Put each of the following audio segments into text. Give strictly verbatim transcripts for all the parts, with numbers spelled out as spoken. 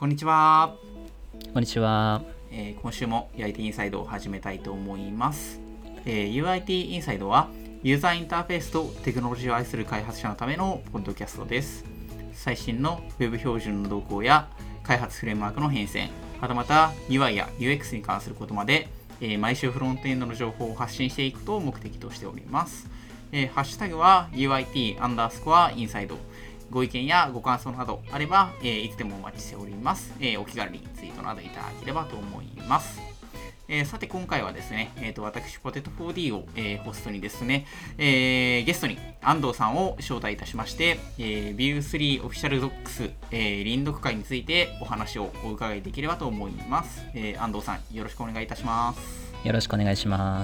こんにちは。 こんにちは。 えー今週も ユーアイティー インサイドを始めたいと思います。えー ユーアイティー インサイドはユーザーインターフェースとテクノロジーを愛する開発者のためのポッドキャストです。最新の Web 標準の動向や開発フレームワークの変遷、はたまた ユーアイ や ユーエックス に関することまで、えー毎週フロントエンドの情報を発信していくことを目的としております。えーハッシュタグは ユーアイティー アンダースコアインサイド。ご意見やご感想などあれば、えーいつでもお待ちしております。えーお気軽にツイートなどいただければと思います。えーさて今回はですね、えーと私ポテト フォーディー を、えーホストにですね、えーゲストに安藤さんを招待いたしまして、えー、ビュースリー オフィシャルドックス、えー、臨読会についてお話をお伺いできればと思います。えー安藤さんよろしくお願いいたします。 よろしくお願いします。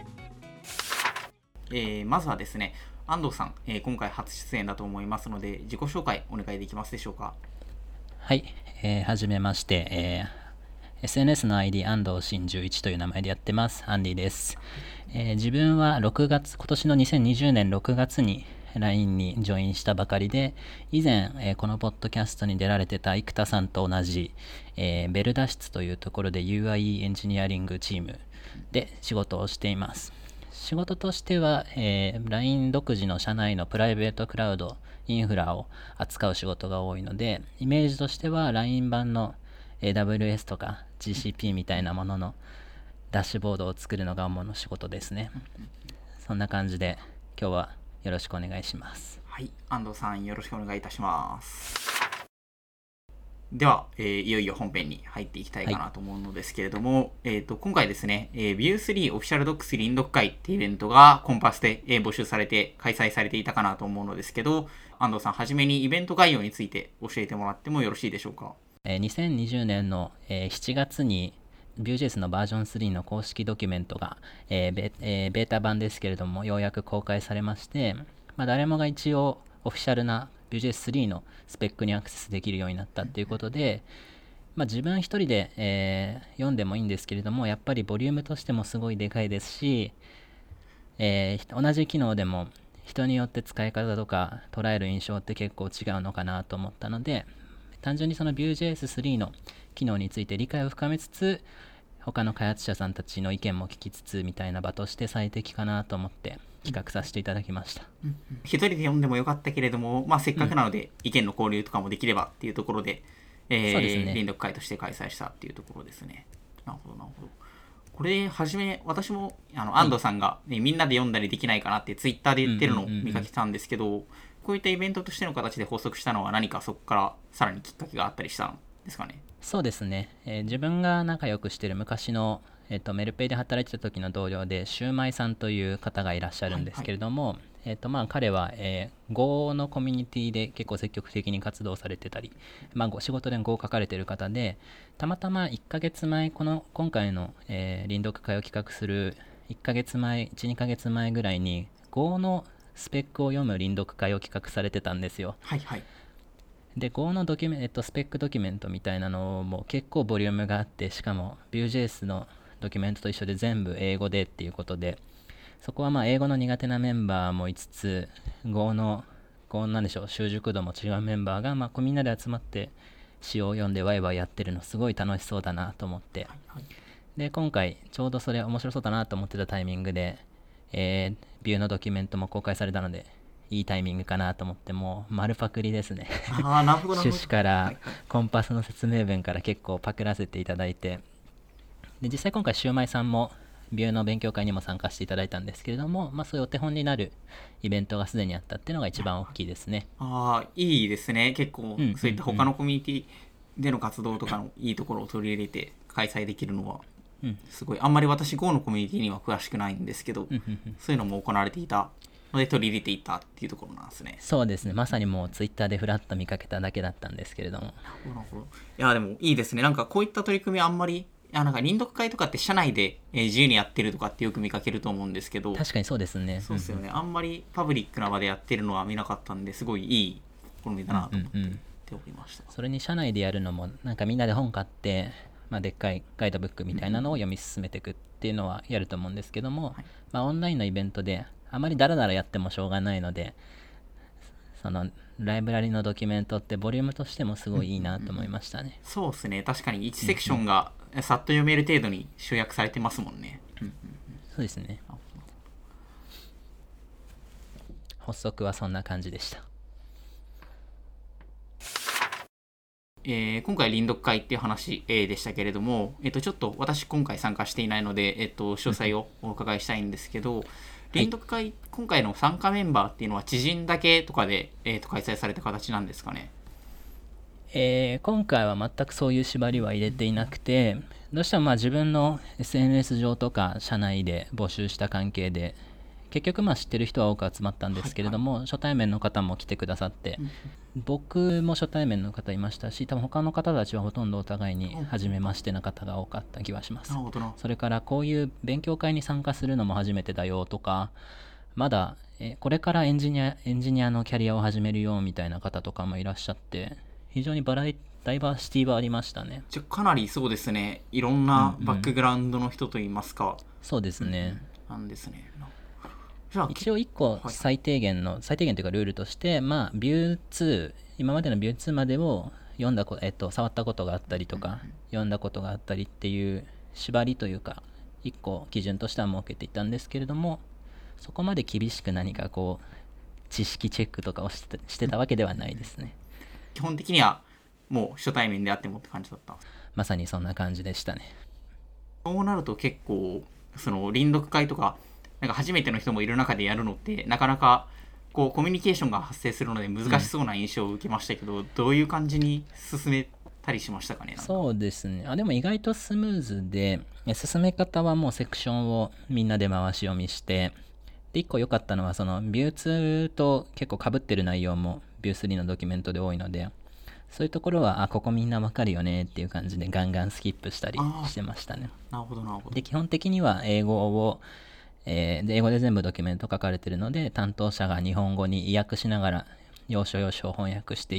えーまずはですね、安藤さん、えー今回初出演だと思いますので自己紹介お願いできますでしょうか。 はい、えーはじめまして、えー エスエヌエス の アイディー 安藤真じゅういちという名前でやってます。アンディです。えー自分はろくがつ、今年のにせんにじゅうねんろくがつに ライン にジョインしたばかりで、以前、えーこのポッドキャストに出られてた生田さんと同じ、えーベルダ室というところで ユーアイ エンジニアリングチームで仕事をしています。仕事としては、えー ライン 独自の社内のプライベートクラウドインフラを扱う仕事が多いので、イメージとしては ライン 版の エーダブリューエス とか ジーシーピー みたいなもののダッシュボードを作るのが主の仕事ですね。そんな感じで今日はよろしくお願いします。 はい、安藤さんよろしくお願いいたします。では、えーいよいよ本編に入っていきたいかなと思うのですけれども、えーと今回ですね、えー、ビュースリー オフィシャルドックス臨読会っていうイベントがコンパスで、えー募集されて開催されていたかなと思うのですけど、安藤さんはじめにイベント概要について教えてもらってもよろしいでしょうか。 えーにせんにじゅうねんの、えーしちがつに Vue.js のバージョンスリーの公式ドキュメントが、えーベえーベータ版ですけれどもようやく公開されまして、まあ、誰もが一応オフィシャルな Vue.ジェイエススリーのスペックにアクセスできるようになったっていうことで、まあ、自分一人で、えー読んでもいいんですけれども、やっぱりボリュームとしてもすごいでかいですし、えー同じ機能でも人によって使い方とか捉える印象って結構違うのかなと思ったので、単純にその Vue.ジェイエススリーの機能について理解を深めつつ、他の開発者さんたちの意見も聞きつつみたいな場として最適かなと思って企画させていただきました。 一人で読んでもよかったけれども、まあ、せっかくなので意見の交流とかもできればっていうところで、えーそうですね臨読会として開催したっていうところですね。なるほどなるほど。これはじめ私もあの安藤さんが、ねみんなで読んだりできないかなってツイッターで言ってるのを見かけたんですけど、こういったイベントとしての形で発足したのは何かそこからさらにきっかけがあったりしたんですかね。 そうですね、えー自分が仲良くしてる昔の、えーとメルペイで働いてた時の同僚でシュウマイさんという方がいらっしゃるんですけれども、えーとまあ、彼は、えー Go のコミュニティで結構積極的に活動されてたり、まあ、ご仕事で Go を書かれてる方で、たまたまいっかげつまえこの今回の、えー臨読会を企画するいっかげつまえいち、にかげつまえぐらいに Go のスペックを読む臨読会を企画されてたんですよ。 はいはい。 で、Go のドキュメント、えっと、スペックドキュメントみたいなのも結構ボリュームがあって、しかも Vue.js のドキュメントと一緒で全部英語でっていうことで、そこはまあ英語の苦手なメンバーもいつつ、Go の、Go なんでしょう、習熟度も違うメンバーが、まあ、こうみんなで集まって詩を読んでワイワイやってるのすごい楽しそうだなと思って、 はいで、今回ちょうどそれ面白そうだなと思ってたタイミングで、えー、Vue のドキュメントも公開されたので、いいタイミングかなと思って、もう丸パクリですね。 ああ、なるほどなるほど。 趣旨からはいコンパスの説明文から結構パクらせていただいて、で実際今回シュウマイさんもビューの勉強会にも参加していただいたんですけれども、まあ、そういうお手本になるイベントがすでにあったっていうのが一番大きいですね。 ああ、いいですね。結構うんそういった他のコミュニティでの活動とかのいいところを取り入れて開催できるのはうんすごい。あんまり私 Go のコミュニティには詳しくないんですけど、 うんうんうんそういうのも行われていたので取り入れていたっていうところなんですね。 そうですね、まさにもうツイッターでフラッと見かけただけだったんですけれども。 なるほど。いやでもいいですね。なんかこういった取り組みあんまり、いやなんか臨読会とかって社内でえー自由にやってるとかってよく見かけると思うんですけど、 確かにそうですね。 そうですよね。あんまりパブリックな場でやってるのは見なかったんで、すごいいい試みだなと思ってうんうんうんておりました。 それに社内でやるのもなんかみんなで本買って、まあ、でっかいガイドブックみたいなのを読み進めていくっていうのはやると思うんですけども、 はいまあ、オンラインのイベントであまりダラダラやってもしょうがないので、そのライブラリのドキュメントってボリュームとしてもすごいいいなと思いましたね。 そうですね。確かにいちセクションがさっと読める程度に集約されてますもんね。うんうんうん、 そうですね。発足はそんな感じでした。 えー、今回臨読会っていう話、えー、でしたけれども、えー、とちょっと私今回参加していないので、えー、と詳細をお伺いしたいんですけど、臨読会、はい、今回の参加メンバーっていうのは知人だけとかで、えー、と開催された形なんですかね。 えー、今回は全くそういう縛りは入れていなくて、どうしてもまあ自分の エスエヌエス 上とか社内で募集した関係で結局まあ知ってる人は多く集まったんですけれども、はいはい、初対面の方も来てくださって、うん、僕も初対面の方いましたし、多分他の方たちはほとんどお互いに初めましてな方が多かった気がします。それからこういう勉強会に参加するのも初めてだよとか、まだえこれからエンジニア、エンジニアのキャリアを始めるよみたいな方とかもいらっしゃって、非常にバラエダイバーシティはありましたね。 じゃかなりそうですね、いろんなバックグラウンドの人といいますか、うんうん、 そうですね、 うん、なんですね。 一応いっこ最低限の、はい、最低限というかルールとして、まあ、ビューツー、今までのビューツーまでを読んだこ、えっと、触ったことがあったりとか、うんうん、読んだことがあったりっていう縛りというか、いっこ基準としては設けていたんですけれども、そこまで厳しく何かこう、知識チェックとかをしてた、してたわけではないですね。 基本的にはもう初対面であってもって感じだった。 まさにそんな感じでしたね。 そうなると結構、その臨読会とか、なんか初めての人もいる中でやるのってなかなかこうコミュニケーションが発生するので難しそうな印象を受けましたけど、うん、どういう感じに進めたりしましたかね。なんかそうですね。あでも意外とスムーズで、進め方はもうセクションをみんなで回し読みして、でいっこ良かったのはそのビューツーと結構被ってる内容もビュースリーのドキュメントで多いので、そういうところはあここみんなわかるよねっていう感じでガンガンスキップしたりしてましたね。 なるほどなるほど。 で基本的には英語をえー、で英語で全部ドキュメント書かれてるので、担当者が日本語に意訳しながら要所要所を翻訳していって、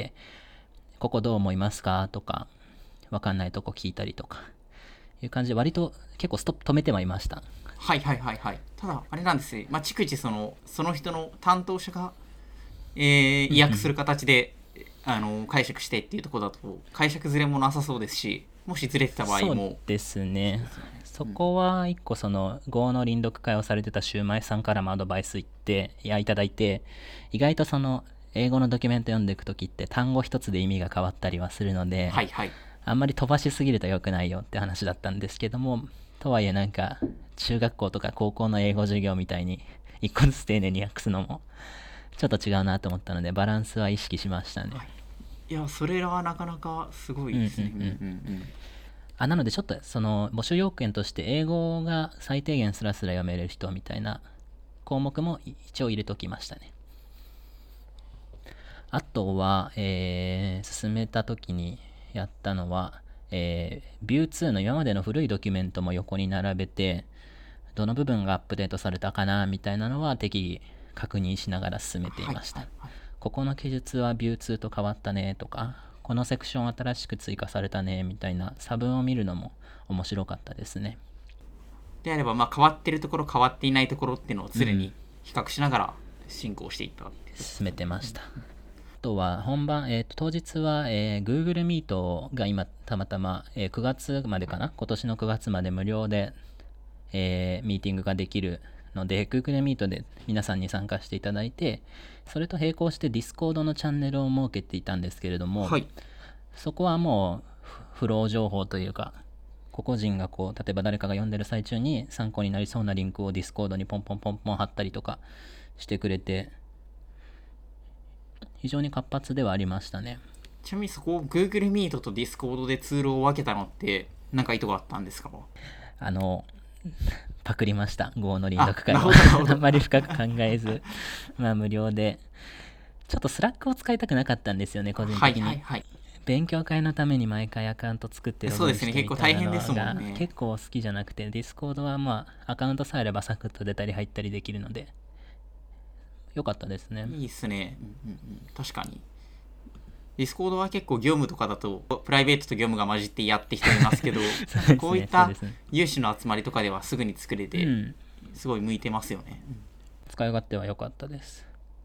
ここどう思いますかとか、わかんないとこ聞いたりとかいう感じで、割と結構ストップ止めてはいました。 はいはいはいはい。ただあれなんですね、まあ、逐次そのその人の担当者が、えー、意訳する形で、うん、あの解釈してっていうところだと解釈ずれもなさそうですし、もしずれてた場合も。 そうですね。そこは一個その Go の臨読会をされてたシュウマイさんからもアドバイスいっていやいただいて、意外とその英語のドキュメント読んでいくときって単語一つで意味が変わったりはするので、 はいはい、 あんまり飛ばしすぎると良くないよって話だったんですけども、とはいえなんか中学校とか高校の英語授業みたいに一個ずつ丁寧に訳すのもちょっと違うなと思ったので、バランスは意識しましたね。はい、 いやそれらはなかなかすごいですね。うんうんうんうんあなのでちょっとその募集要件として英語が最低限スラスラ読める人みたいな項目も一応入れときましたね。あとは、えー、進めた時にやったのは、えー、ビューツーの今までの古いドキュメントも横に並べて、どの部分がアップデートされたかなみたいなのは適宜確認しながら進めていました。はいはいはい、ここの記述はビューツーと変わったねとか、このセクション新しく追加されたねみたいな差分を見るのも面白かったですね。 であれば、まあ、変わってるところ変わっていないところっていうのを常に比較しながら進行していった、うん、 進めてました。あとは本番、えー、と当日は、えー、Google Meet が今たまたま、えー、くがつまでかな、今年のくがつまで無料で、えー、ミーティングができるので Google Meet で皆さんに参加していただいて、それと並行して Discord のチャンネルを設けていたんですけれども、はい、そこはもうフロー情報というか、個々人がこう例えば誰かが読んでる最中に参考になりそうなリンクを Discord にポンポンポンポン貼ったりとかしてくれて、非常に活発ではありましたね。 ちなみにそこを Google Meet と Discord でツールを分けたのって何か意図があったんですか？ あのパクりました。Go の臨読会は あ, あんまり深く考えずまあ無料で、ちょっとスラックを使いたくなかったんですよね、個人的に。はいはいはい、勉強会のために毎回アカウント作ってログインしてみたいなのが、そうですね、結構大変ですもんね。結構好きじゃなくて、Discord はまあアカウントさえあればサクッと出たり入ったりできるのでよかったですね。 いいっすね、うんうんうん、確かに。ディスコードは結構業務とかだとプライベートと業務が混じってやってきていますけどね、こういった有志の集まりとかではすぐに作れて、うん、すごい向いてますよね。 使い勝手は良かったです。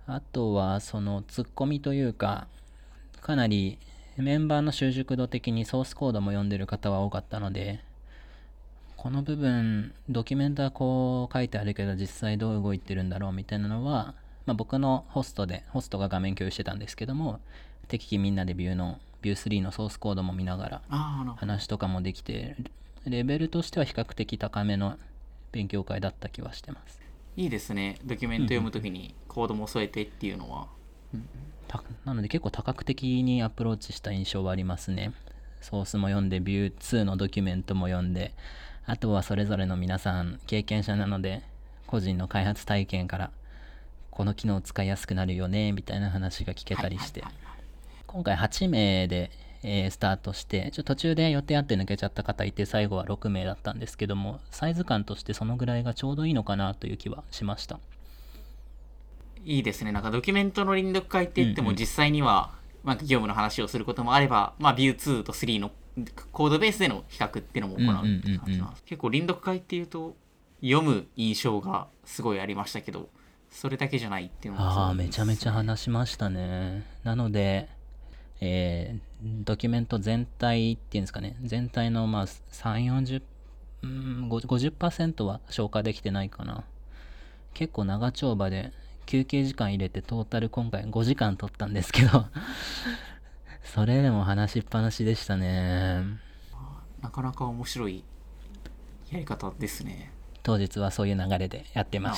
あとはそのツッコミというか、かなりメンバーの習熟度的にソースコードも読んでる方は多かったので、この部分ドキュメントはこう書いてあるけど実際どう動いてるんだろうみたいなのは、まあ、僕のホストでホストが画面共有してたんですけども、適宜みんなでビューのビュースリーのソースコードも見ながら話とかもできて、レベルとしては比較的高めの勉強会だった気はしてます。 いいですね、ドキュメント読むときにコードも添えてっていうのは、 うんうん、なので結構多角的にアプローチした印象はありますね。ソースも読んでビューツーのドキュメントも読んで、あとはそれぞれの皆さん経験者なので個人の開発体験からこの機能使いやすくなるよねみたいな話が聞けたりして、今回はちめいで、えー、スタートして、ちょっと途中で予定あって抜けちゃった方いて最後はろくめいだったんですけども、サイズ感としてそのぐらいがちょうどいいのかなという気はしました。 いいですね。なんかドキュメントの臨読会って言っても実際には、まあ、業務の話をすることもあれば、まあ、ビューツーとスリーのコードベースでの比較っていうのも行うっていう感じなんです。結構臨読会っていうと読む印象がすごいありましたけど、それだけじゃないっていうのもすごいですね。 ああ、めちゃめちゃ話しましたね。なので、えー、ドキュメント全体っていうんですかね、全体のまあさんじゅう、よんじゅう、うん、ごじゅっパーセントは消化できてないかな。結構長丁場で休憩時間入れてトータル今回ごじかん取ったんですけどそれでも話しっぱなしでしたね。 なかなか面白いやり方ですね。 当日はそういう流れでやってました。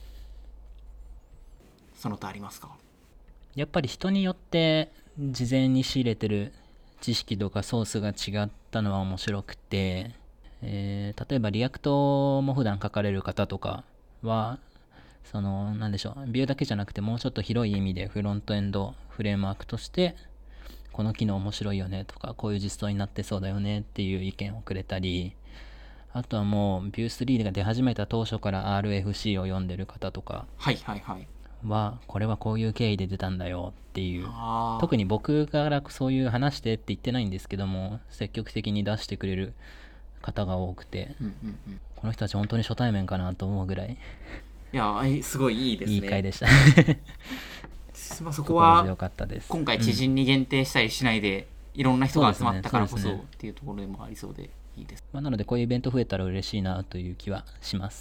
その他ありますか？ やっぱり人によって事前に仕入れてる知識とかソースが違ったのは面白くて、えー、例えばリアクトも普段書かれる方とかは、そのなんでしょう、ビューだけじゃなくてもうちょっと広い意味でフロントエンドフレームワークとしてこの機能面白いよねとか、こういう実装になってそうだよねっていう意見をくれたり、あとはもうビュースリーが出始めた当初から アールエフシー を読んでる方とかは、これはこういう経緯で出たんだよっていう、特に僕からそういう話してって言ってないんですけども、積極的に出してくれる方が多くて、 うんうんうん、 この人たち本当に初対面かなと思うぐらい、 いやすごいいいですね。 いい回でしたまあそこは今回知人に限定したりしないで、うん、いろんな人が集まったからこそっていうところでもありそうでいいです、 まあ、なのでこういうイベント増えたら嬉しいなという気はします。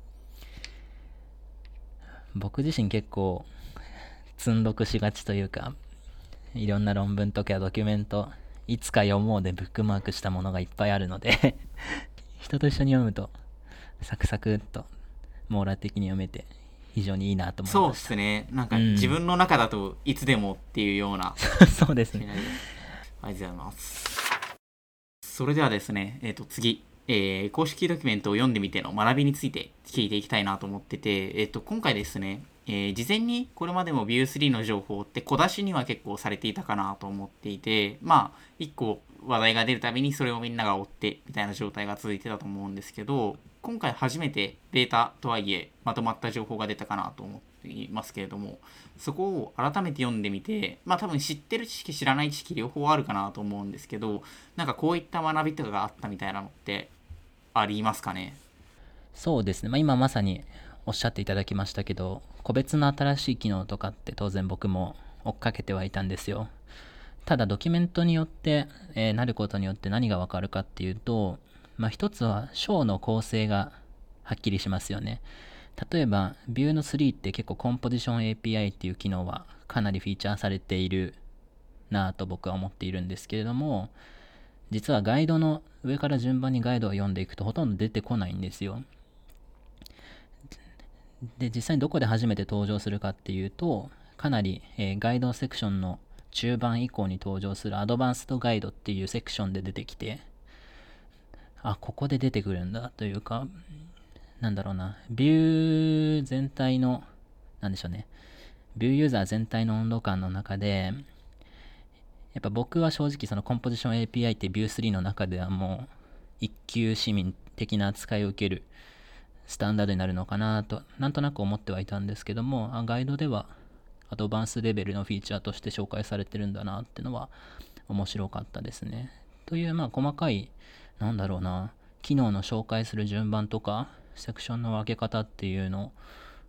僕自身結構積んどくしがちというか、いろんな論文とかドキュメントいつか読もうでブックマークしたものがいっぱいあるので人と一緒に読むとサクサクっと網羅的に読めて非常にいいなと思いました。 そうですね。なんか自分の中だといつでもっていうような、 うん、そうですね。 ありがとうございます。それではですね、えー、と次、えー、公式ドキュメントを読んでみての学びについて聞いていきたいなと思ってて、えー、と今回ですね、えー、事前にこれまでも ビュースリー の情報って小出しには結構されていたかなと思っていて、まあいっこ話題が出るたびにそれをみんなが追ってみたいな状態が続いてたと思うんですけど、今回初めてベータとはいえまとまった情報が出たかなと思っていますけれども、そこを改めて読んでみて、まあ多分知ってる知識知らない知識両方あるかなと思うんですけど、なんかこういった学びとかがあったみたいなのってありますかね？ そうですね、まあ、今まさにおっしゃっていただきましたけど、個別の新しい機能とかって当然僕も追っかけてはいたんですよ。ただドキュメントによって、えー、なることによって何がわかるかっていうと、まあ、一つは章の構成がはっきりしますよね。例えば Vue のスリーって結構コンポジション エーピーアイ っていう機能はかなりフィーチャーされているなぁと僕は思っているんですけれども、実はガイドの上から順番にガイドを読んでいくとほとんど出てこないんですよ。で、実際にどこで初めて登場するかっていうと、かなり、えー、ガイドセクションの中盤以降に登場するアドバンストガイドっていうセクションで出てきて、あ、ここで出てくるんだというか、なんだろうな、ビュー全体の、なんでしょうね、ビューユーザー全体の温度感の中で、やっぱ僕は正直そのコンポジション エーピーアイ ってビュースリーの中ではもう一級市民的な扱いを受けるスタンダードになるのかなとなんとなく思ってはいたんですけども、ガイドではアドバンスレベルのフィーチャーとして紹介されてるんだなっていうのは面白かったですね。というまあ細かいなんだろうな機能の紹介する順番とかセクションの分け方っていうの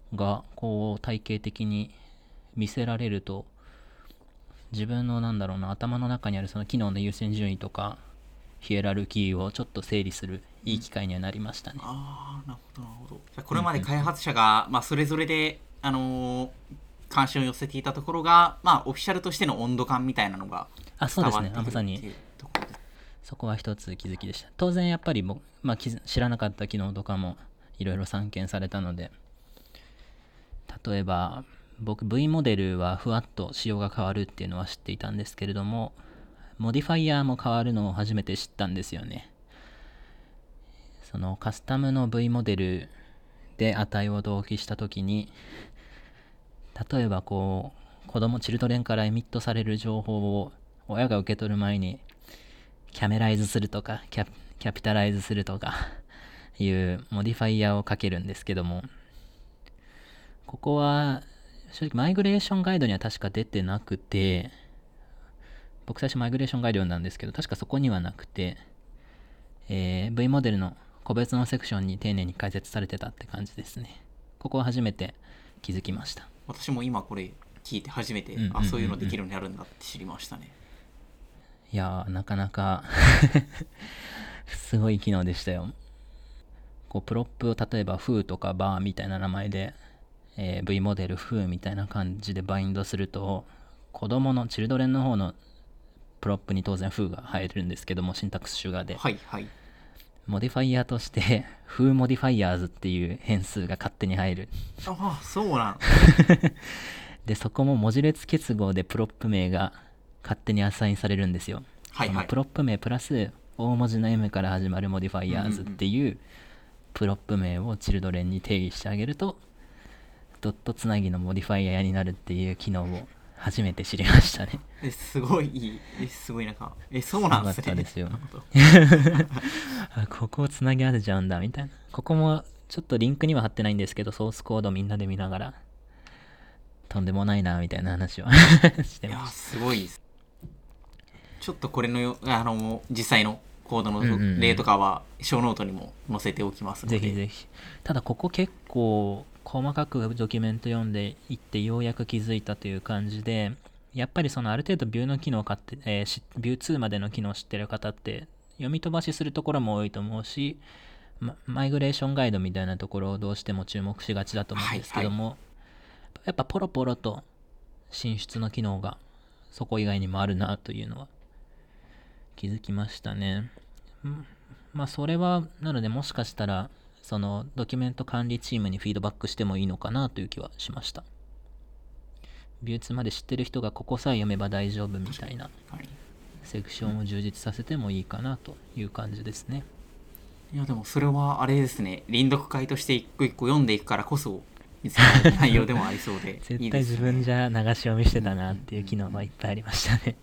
がこう体系的に見せられると、自分のなんだろうな頭の中にあるその機能の優先順位とかヒエラルキーをちょっと整理するいい機会にはなりましたね。 ああ、なるほどなるほど。じゃあこれまで開発者が、まあ、それぞれで、あのー関心を寄せていたところが、まあ、オフィシャルとしての温度感みたいなのがあ、そうですね。 伝わってくるまさにっていうところです。 そこは一つ気づきでした。当然やっぱり僕、まあ、気づ知らなかった機能とかもいろいろ散見されたので、例えば僕 V モデルはふわっと仕様が変わるっていうのは知っていたんですけれども、モディファイヤーも変わるのを初めて知ったんですよね。そのカスタムの V モデルで値を同期したときに、例えばこう子供チルドレンからエミットされる情報を親が受け取る前にキャメライズするとかキャ、キャピタライズするとかいうモディファイヤーをかけるんですけども、ここは正直マイグレーションガイドには確か出てなくて、僕最初マイグレーションガイドなんですけど、確かそこにはなくて、えー V モデルの個別のセクションに丁寧に解説されてたって感じですね。ここは初めて気づきました。 私も今これ聞いて初めて、 うんうんうんうんあ、そういうのできるようになるんだって知りましたね。 いやー、なかなかすごい機能でしたよ。こうプロップを例えばフーとかバーみたいな名前で、えー V モデルフーみたいな感じでバインドすると、子供のチルドレンの方のプロップに当然フーが入るんですけども、シンタックスシュガーで、 はいはい。 モディファイヤーとしてフーモディファイヤーズっていう変数が勝手に入る。 ああ、そうなんでそこも文字列結合でプロップ名が勝手にアサインされるんですよ。 はいはいそのプロップ名プラス大文字の M から始まるモディファイヤーズっていうプロップ名をチルドレンに定義してあげると、ドットつなぎのモディファイヤーになるっていう機能を初めて知りましたね。 えすごいいい。えすごいなんかえそうなんですね。 すごかったですよなるほどあここをつなぎ合わせちゃうんだみたいな。ここもちょっとリンクには貼ってないんですけど、ソースコードみんなで見ながらとんでもないなみたいな話をしていやましすごいです。ちょっとこれのよあの実際のコードうんうんうんの例とかは小ノートにも載せておきますた。 ので、 ぜひぜひ。ただここ結構細かくドキュメント読んでいってようやく気づいたという感じで、やっぱりそのある程度ビューの機能を買って、えーしビューツーまでの機能を知ってる方って読み飛ばしするところも多いと思うし、まマイグレーションガイドみたいなところをどうしても注目しがちだと思うんですけども、やっぱポロポロと進出の機能がそこ以外にもあるなというのは気づきましたね。うんまあそれはなので、もしかしたらそのドキュメント管理チームにフィードバックしてもいいのかなという気はしました。ビューツーまで知ってる人がここさえ読めば大丈夫みたいなはいセクションを充実させてもいいかなという感じですね。 いやでもそれはあれですね、臨読会として一個一個読んでいくからこそ見つけられる内容でもありそうで絶いいですね。 対自分じゃ流し読みしてたなっていう機能はいっぱいありましたね。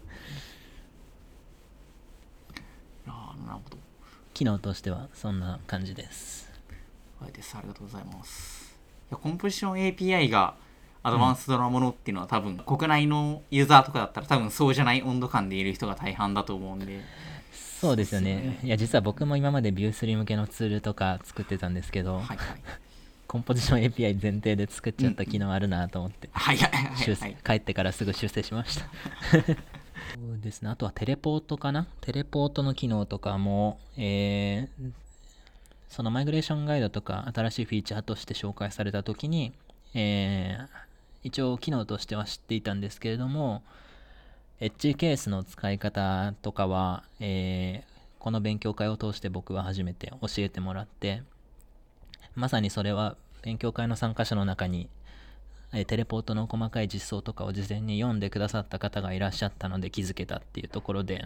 あーなるほど。 機能としてはそんな感じです。 はいです。ありがとうございます。いやコンポジション エーピーアイ がアドバンスドなものっていうのは、多分国内のユーザーとかだったら多分そうじゃない温度感でいる人が大半だと思うんで。 そうですよね。いや実は僕も今までビュースリー向けのツールとか作ってたんですけど、 はいはいコンポジション エーピーアイ 前提で作っちゃった機能あるなと思って、 はいはいはい修正はい。 帰ってからすぐ修正しました。そうですね。あとはテレポートかな。テレポートの機能とかも、えーそのマイグレーションガイドとか新しいフィーチャーとして紹介されたときに、えー一応機能としては知っていたんですけれども、エッジケースの使い方とかは、えーこの勉強会を通して僕は初めて教えてもらって、まさにそれは勉強会の参加者の中に、えーテレポートの細かい実装とかを事前に読んでくださった方がいらっしゃったので気づけたっていうところで、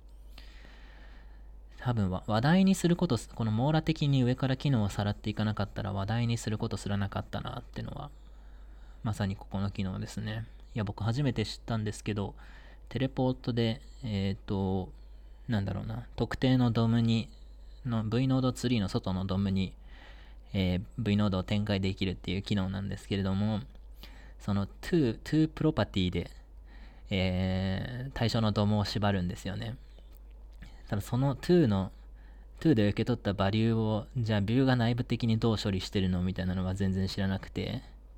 多分は話題にすることす、この網羅的に上から機能をさらっていかなかったら話題にすることすらなかったなっていうのは、まさにここの機能ですね。いや、僕初めて知ったんですけど、テレポートで、えっと、なんだろうな、特定のドムに、の V ノードツリーの外のドムに、えー V ノードを展開できるっていう機能なんですけれども、その to, to プロパティで、えー対象のドムを縛るんですよね。ただその to の to で受け取ったバリューを、じゃあビューが内部的にどう処理してるのみたいなのは全然知らなくて、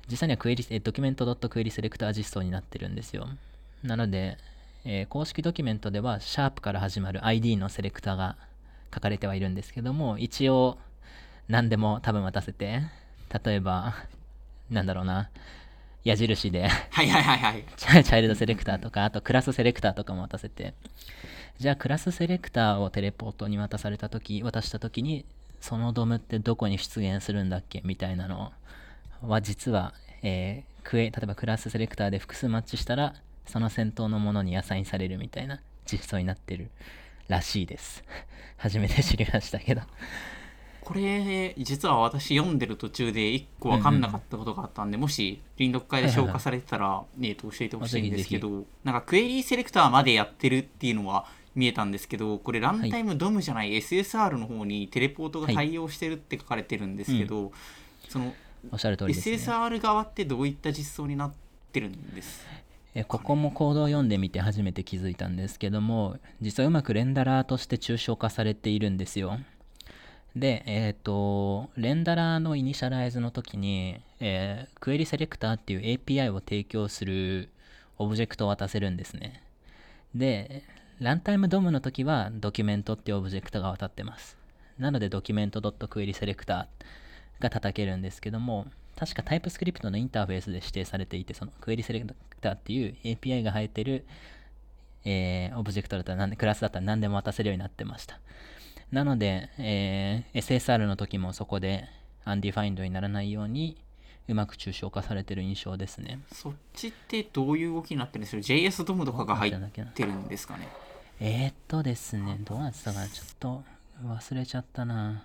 実際にはクエリ、えドキュメント .query セレクター実装になってるんですよ。なので、えー公式ドキュメントではシャープから始まる アイディー のセレクターが書かれてはいるんですけども、一応何でも多分渡せて、例えばなんだろうな、矢印ではいはいはいはい。 チャチャイルドセレクターとか、あとクラスセレクターとかも渡せて、じゃあクラスセレクターをテレポートに渡された時渡した時に、そのドムってどこに出現するんだっけみたいなのは実は、えークエ例えばクラスセレクターで複数マッチしたらその先頭のものにアサインされるみたいな実装になってるらしいです。初めて知りましたけど。 これ実は私読んでる途中で一個分かんなかったことがあったんで、もし臨読会で消化されてたら、えーと教えてほしいんですけど、なんかクエリーセレクターまでやってるっていうのは見えたんですけど、これランタイムドムじゃない エスエスアール の方にテレポートが対応してるって書かれてるんですけど、そのおっしゃる通りですね。 エスエスアール 側ってどういった実装になってるんですえここもコードを読んでみて初めて気づいたんですけども、実はうまくレンダラーとして抽象化されているんですよ。で、えっ、と、レンダラーのイニシャライズの時に、えー、クエリセレクターっていう エーピーアイ を提供するオブジェクトを渡せるんですね。で、ランタイムドムの時はドキュメントっていうオブジェクトが渡ってます。なのでドキュメント .querySelector が叩けるんですけども、確かタイプスクリプトのインターフェースで指定されていて、そのクエリセレクターっていう エーピーアイ が入ってる、えー、オブジェクトだったら何で、クラスだったら何でも渡せるようになってました。なので、えー、エスエスアール の時もそこで undefined にならないようにうまく抽象化されてる印象ですね。 そっちってどういう動きになってるんですか？ ジェイエス ドムとかが入ってるんですかね？ えーっとですね、どうなってたかな、ちょっと忘れちゃったな。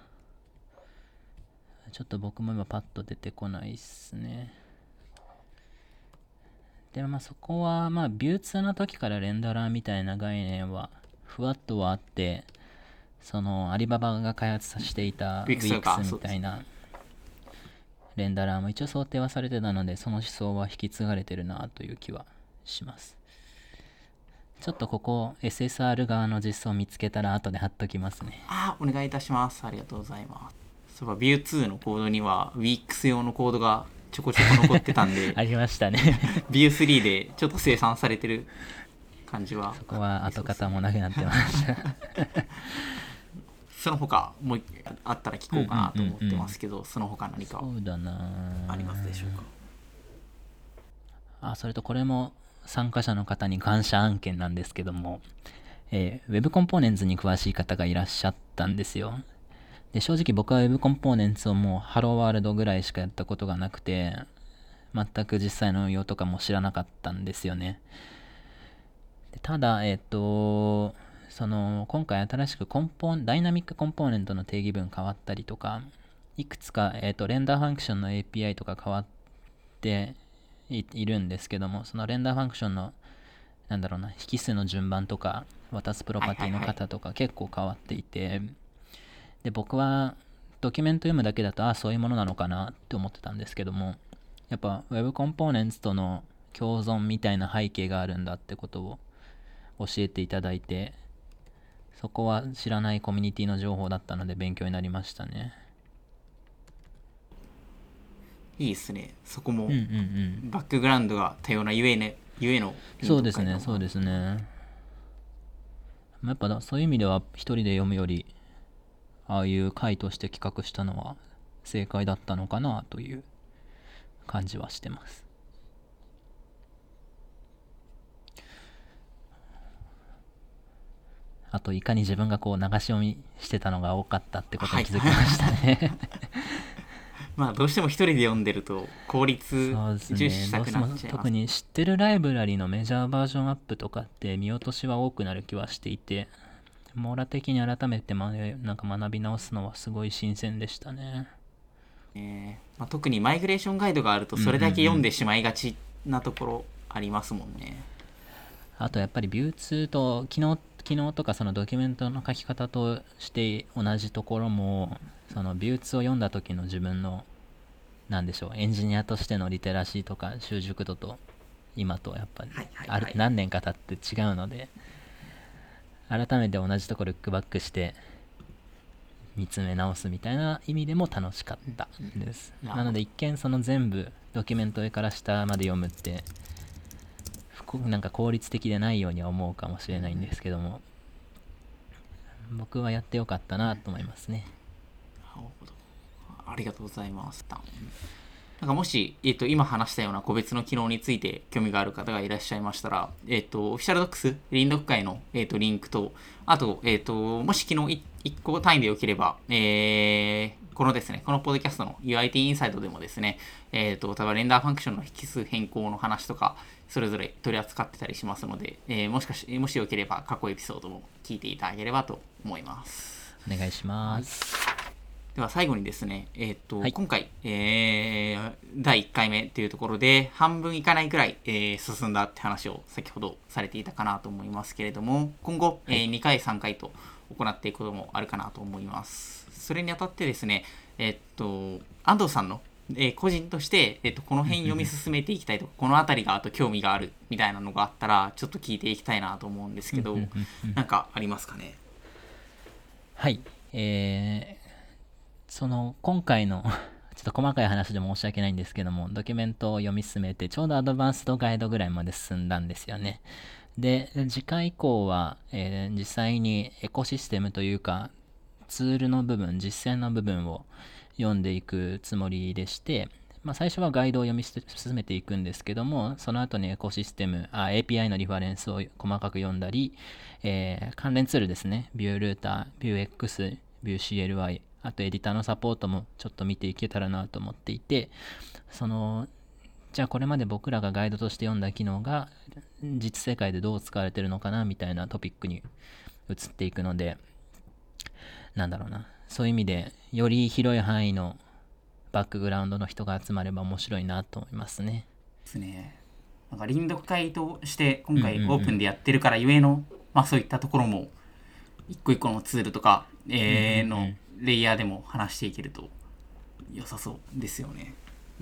ちょっと僕も今パッと出てこないっすね。でもまあそこはまあビューツーの時からレンダラーみたいな概念はふわっとはあって、そのアリババが開発させていた Wix とか Wix みたいなレンダラーも一応想定はされてたので、その思想は引き継がれてるなという気はします。ちょっとここ エスエスアール 側の実装を見つけたら後で貼っときますね。 ああ、お願いいたします。ありがとうございます。そういえば ビューツー のコードには Wix 用のコードがちょこちょこ残ってたんでありましたねビュースリー でちょっと生産されてる感じは。 そこは跡形もなくなってましたその他もうあったら聞こうかなと思ってますけど、うんうんうん、その他何かそうだなありますでしょうか？ あ、それとこれも参加者の方に感謝案件なんですけども、えー、Web コンポーネンツに詳しい方がいらっしゃったんですよ。で、正直僕は Web コンポーネンツをもう Hello World ぐらいしかやったことがなくて、全く実際の運用とかも知らなかったんですよね。でただ、えっ、と、その今回新しくコンポダイナミックコンポーネントの定義文変わったりとか、いくつか、えーと、レンダーファンクションの エーピーアイ とか変わってい、いるんですけども、そのレンダーファンクションのなんだろうな、引数の順番とか渡すプロパティの型とか結構変わっていて、はいはいはい、で僕はドキュメント読むだけだとああそういうものなのかなって思ってたんですけども、やっぱ Web コンポーネンツとの共存みたいな背景があるんだってことを教えていただいて、そこは知らないコミュニティの情報だったので勉強になりましたね。 いいですね。そこもバックグラウンドが多様なゆえね、ゆえの。 そうですね、そうですね。やっぱだそういう意味では一人で読むよりああいう会として企画したのは正解だったのかなという感じはしてます。あといかに自分がこう流し読みしてたのが多かったってことに気づきましたね、はい、 まあどうしても一人で読んでると効率重視したくなっちゃいます。 特に知ってるライブラリのメジャーバージョンアップとかって見落としは多くなる気はしていて、網羅的に改めて、ま、なんか学び直すのはすごい新鮮でしたね。 えーまあ、特にマイグレーションガイドがあるとそれだけ読んでしまいがちなところありますもんね、うんうんうん、 あとやっぱりビューツーと機能機能とかそのドキュメントの書き方として同じところも、そのビューツーを読んだ時の自分のなんでしょうエンジニアとしてのリテラシーとか習熟度と今とやっぱりある何年か経って違うので、改めて同じところルックバックして見つめ直すみたいな意味でも楽しかったです、 うん、 なので一見その全部ドキュメント上から下まで読むってなんか効率的でないようには思うかもしれないんですけども、僕はやってよかったなと思いますね。 なるほど、ありがとうございます。なんかもし、えー、と今話したような個別の機能について興味がある方がいらっしゃいましたら、えー、とオフィシャルドックス臨読会の、えー、とリンクと、あと、えー、ともし機能いっこ単位でよければ、えー、このですね、このポッドキャストの ユーアイティー インサイドでもですね、えー、と例えばレンダーファンクションの引数変更の話とかそれぞれ取り扱ってたりしますので、えー、もしかしもしよければ過去エピソードも聞いていただければと思います。 お願いします、 はい、では最後にですね、えーとはい、今回、えー、だいいっかいめというところで半分いかないくらい、えー、進んだって話を先ほどされていたかなと思いますけれども、今後、はい、えー、にかいさんかいと行っていくこともあるかなと思います。それにあたってですね、えー、と安藤さんの、えー、個人として、えー、とこの辺読み進めていきたいとかこの辺りがあと興味があるみたいなのがあったらちょっと聞いていきたいなと思うんですけど、なんかありますかね。 はい、えーその今回のちょっと細かい話で申し訳ないんですけども、ドキュメントを読み進めてちょうどアドバンストガイドぐらいまで進んだんですよね。で次回以降は、えー、実際にエコシステムというかツールの部分、実践の部分を読んでいくつもりでして、まあ、最初はガイドを読み進めていくんですけども、その後にエコシステムあ エーピーアイ のリファレンスを細かく読んだり、えー、関連ツールですね、ビュールーター、ビュー X、ビュー シーエルワイ、あとエディターのサポートもちょっと見ていけたらなと思っていて、そのじゃあこれまで僕らがガイドとして読んだ機能が実世界でどう使われてるのかなみたいなトピックに移っていくので、なんだろうな、そういう意味でより広い範囲のバックグラウンドの人が集まれば面白いなと思いますね。 ですね。なんか臨読会として今回オープンでやってるからゆえの、うんうんうん、まあそういったところも一個一個のツールとか、えー、のレイヤーでも話していけると良さそうですよね。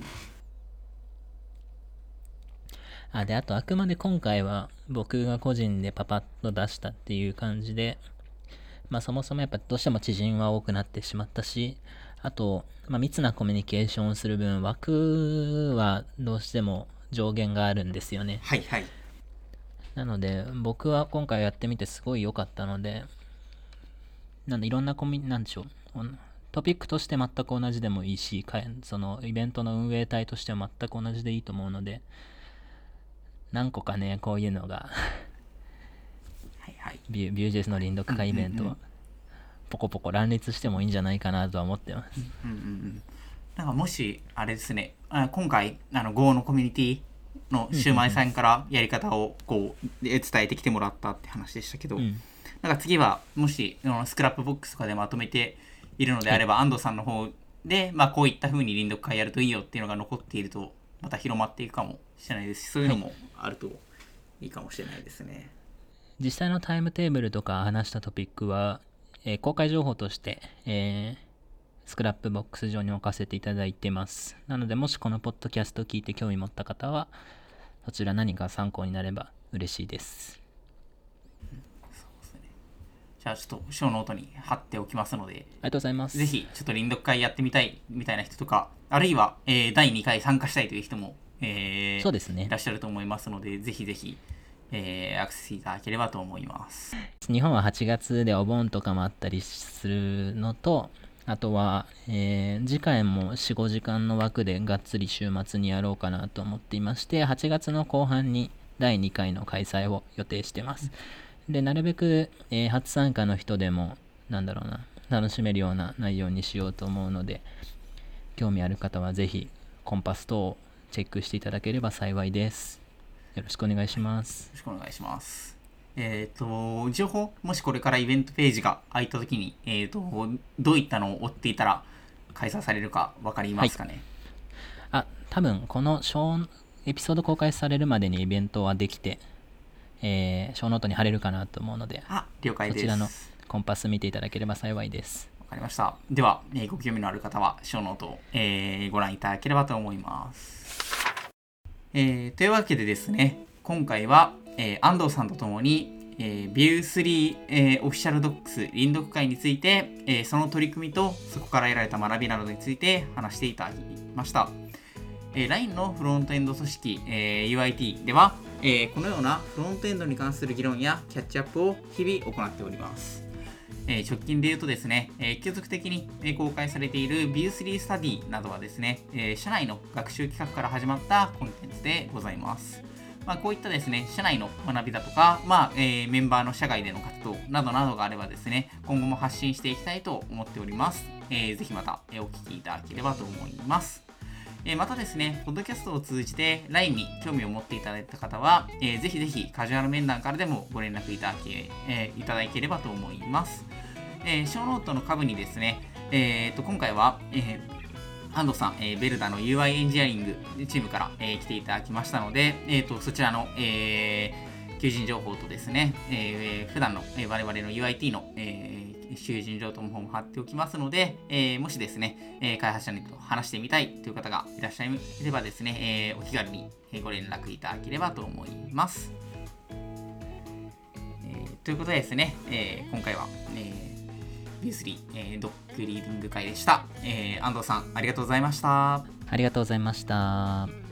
あであとあくまで今回は僕が個人でパパッと出したっていう感じで、まあそもそもやっぱどうしても知人は多くなってしまったし、あと、まあ、密なコミュニケーションをする分枠はどうしても上限があるんですよね。 はいはい。 なので僕は今回やってみてすごい良かったので、なんでいろんなコミなんでしょう、トピックとして全く同じでもいいし、そのイベントの運営体としては全く同じでいいと思うので、何個かねこういうのがはい、はい、ビュージェイエス の臨読会イベント、うんうんうん、ポコポコ乱立してもいいんじゃないかなとは思ってます。 うんうんうん、なんかもしあれですね、あ今回あの Go のコミュニティのシュウマイさんからやり方をこう伝えてきてもらったって話でしたけど、うん、なんか次はもしスクラップボックスとかでまとめているのであれば、はい、安藤さんの方で、まあ、こういった風に臨読会やるといいよっていうのが残っているとまた広まっていくかもしれないですし、そういうのもあるといいかもしれないですね。はい、 実際のタイムテーブルとか話したトピックは、えー、公開情報として、えー、スクラップボックス上に置かせていただいてます。なのでもしこのポッドキャストを聞いて興味持った方はそちら何か参考になれば嬉しいです。 うん、そうですね。じゃあちょっとショーノートに貼っておきますので、ありがとうございます。 ぜひちょっと臨読会やってみたいみたいな人とか、あるいは、えー、だいにかい参加したいという人も、えー、 そうですね、 いらっしゃると思いますので、ぜひぜひえー、アクセスいただければと思います。 日本ははちがつでお盆とかもあったりするのと、あとは、えー、次回も よん、ごじかんの枠でがっつり週末にやろうかなと思っていまして、はちがつの後半にだいにかいの開催を予定してます。でなるべく、えー、初参加の人でもなんだろうな楽しめるような内容にしようと思うので、興味ある方はぜひコンパス等をチェックしていただければ幸いです。よろしくお願いします。 よろしくお願いします。えっ、ー、と情報もしこれからイベントページが開いたときに、えっ、ー、とどういったのを追っていたら開催されるか分かりますかね。 はい、あ多分このショーエピソード公開されるまでにイベントはできて、えー、ショーノートに貼れるかなと思うので、 あ了解です。 そちらのコンパス見ていただければ幸いです。 わかりました。では、えー、ご興味のある方はショーノートを、えー、ご覧いただければと思います。えー、というわけでですね、今回は、えー、安藤さんとともにえー、ビュースリー、えー、オフィシャルドックス臨読会について、えー、その取り組みとそこから得られた学びなどについて話していただきました。えー、ライン のフロントエンド組織、えー、ユーアイティー では、えー、このようなフロントエンドに関する議論やキャッチアップを日々行っております。えー、直近で言うとですね、えー、継続的に公開されている ビュースリー スタディなどはですね、えー、社内の学習企画から始まったコンテンツでございます。まあ、こういったですね、社内の学びだとか、まあえー、メンバーの社外での活動などなどがあればですね、今後も発信していきたいと思っております。えー、ぜひまたお聞きいただければと思います。えー、またですね、ポッドキャストを通じて ライン に興味を持っていただいた方は、えー、ぜひぜひカジュアル面談からでもご連絡いただけ、えー、いただければと思います。えー、ショーノートの下部にですね、えー、と今回は、えー安藤さん、えー、ベルダの ユーアイ エンジニアリングチームから、えー、来ていただきましたので、えー、とそちらの、えー、求人情報とですね、えー、普段の、えー、我々の ユーアイティー の、えー、求人情報も貼っておきますので、えー、もしですね、えー、開発者にと話してみたいという方がいらっしゃいればですね、えー、お気軽にご連絡いただければと思います。えー、ということでですね、えー、今回は、えービュースリー、えー、ドッグリーディング会でした、えー、安藤さんありがとうございました。 ありがとうございました。